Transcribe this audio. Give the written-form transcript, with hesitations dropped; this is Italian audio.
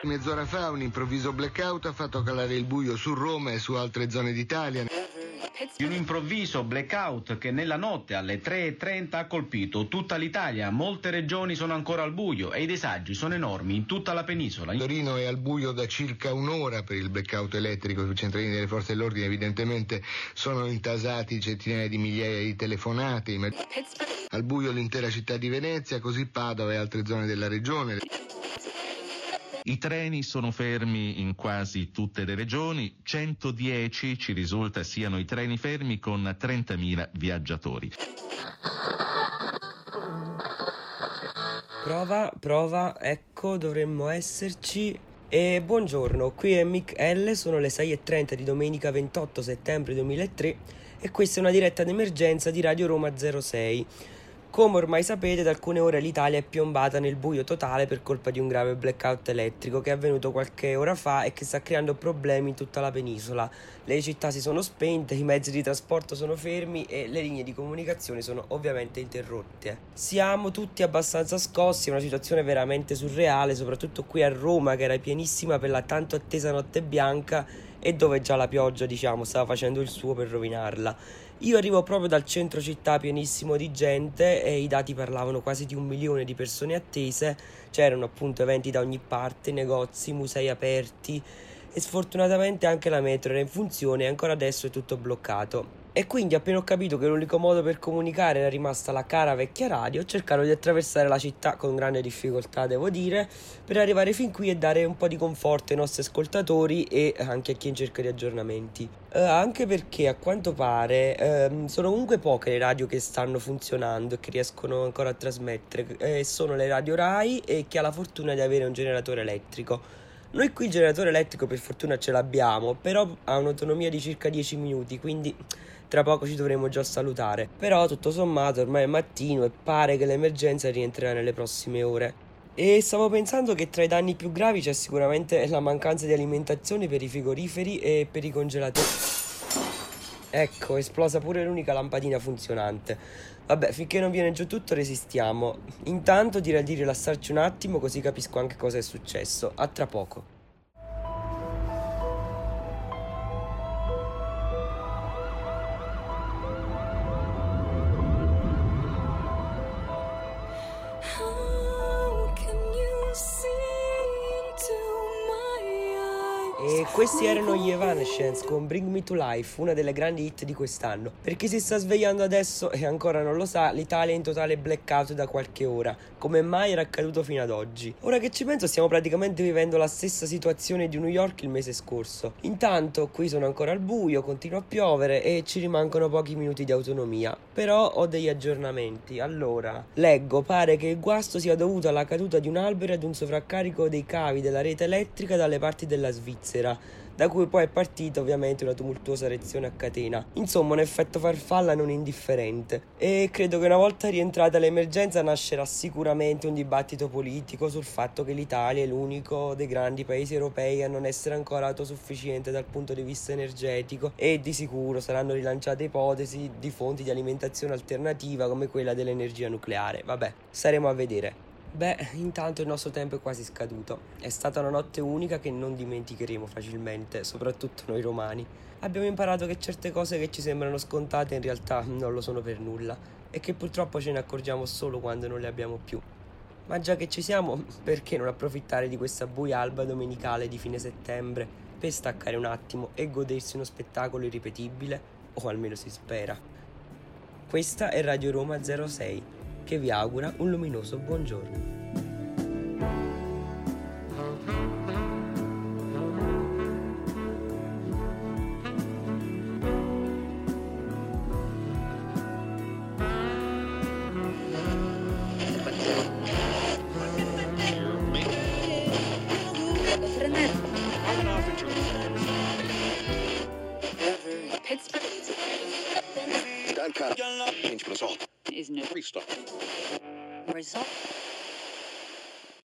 Mezz'ora fa un improvviso blackout ha fatto calare il buio su Roma e su altre zone d'Italia. Di un improvviso blackout che nella notte alle 3:30 ha colpito tutta l'Italia. Molte regioni sono ancora al buio e i disagi sono enormi in tutta la penisola. Torino è al buio da circa un'ora per il blackout elettrico. I centralini delle forze dell'ordine evidentemente sono intasati centinaia di migliaia di telefonate. Al buio l'intera città di Venezia, così Padova e altre zone della regione. I treni sono fermi in quasi tutte le regioni, 110 ci risulta siano i treni fermi con 30.000 viaggiatori. Prova, ecco, dovremmo esserci. E buongiorno, qui è Mick L, sono le 6:30 di domenica 28 settembre 2003 e questa è una diretta d'emergenza di Radio Roma 06. Come ormai sapete, da alcune ore l'Italia è piombata nel buio totale per colpa di un grave blackout elettrico che è avvenuto qualche ora fa e che sta creando problemi in tutta la penisola. Le città si sono spente, i mezzi di trasporto sono fermi e le linee di comunicazione sono ovviamente interrotte. Siamo tutti abbastanza scossi, è una situazione veramente surreale, soprattutto qui a Roma che era pienissima per la tanto attesa notte bianca e dove già la pioggia, stava facendo il suo per rovinarla. Io arrivo proprio dal centro città pienissimo di gente e i dati parlavano quasi di 1 milione di persone attese, c'erano appunto eventi da ogni parte, negozi, musei aperti e sfortunatamente anche la metro era in funzione e ancora adesso è tutto bloccato. E quindi appena ho capito che l'unico modo per comunicare era rimasta la cara vecchia radio, ho cercato di attraversare la città con grande difficoltà, devo dire, per arrivare fin qui e dare un po' di conforto ai nostri ascoltatori e anche a chi è in cerca di aggiornamenti. Anche perché a quanto pare sono comunque poche le radio che stanno funzionando e che riescono ancora a trasmettere, sono le radio Rai e chi ha la fortuna di avere un generatore elettrico. Noi qui il generatore elettrico per fortuna ce l'abbiamo, però ha un'autonomia di circa 10 minuti, quindi tra poco ci dovremo già salutare. Però tutto sommato ormai è mattino e pare che l'emergenza rientrerà nelle prossime ore. E stavo pensando che tra i danni più gravi c'è sicuramente la mancanza di alimentazione per i frigoriferi e per i congelatori. Ecco, è esplosa pure l'unica lampadina funzionante. Vabbè, finché non viene giù tutto resistiamo. Intanto direi di rilassarci un attimo così capisco anche cosa è successo. A tra poco. E questi erano gli Evanescence con Bring Me to Life, una delle grandi hit di quest'anno. Per chi si sta svegliando adesso e ancora non lo sa, l'Italia è in totale blackout da qualche ora, come mai era accaduto fino ad oggi. Ora che ci penso stiamo praticamente vivendo la stessa situazione di New York il mese scorso. Intanto qui sono ancora al buio, continua a piovere e ci rimangono pochi minuti di autonomia. Però ho degli aggiornamenti. Allora, leggo, pare che il guasto sia dovuto alla caduta di un albero e ad un sovraccarico dei cavi della rete elettrica dalle parti della Svizzera, da cui poi è partita ovviamente una tumultuosa reazione a catena. Insomma, un effetto farfalla non indifferente. E credo che una volta rientrata l'emergenza nascerà sicuramente un dibattito politico sul fatto che l'Italia è l'unico dei grandi paesi europei a non essere ancora autosufficiente dal punto di vista energetico e di sicuro saranno rilanciate ipotesi di fonti di alimentazione alternativa come quella dell'energia nucleare. Vabbè, saremo a vedere. Beh, intanto il nostro tempo è quasi scaduto. È stata una notte unica che non dimenticheremo facilmente, soprattutto noi romani. Abbiamo imparato che certe cose che ci sembrano scontate in realtà non lo sono per nulla e che purtroppo ce ne accorgiamo solo quando non le abbiamo più. Ma già che ci siamo, perché non approfittare di questa buia alba domenicale di fine settembre per staccare un attimo e godersi uno spettacolo irripetibile, o almeno si spera. Questa è Radio Roma 06. Che vi augura un luminoso buongiorno. Isn't it? Result.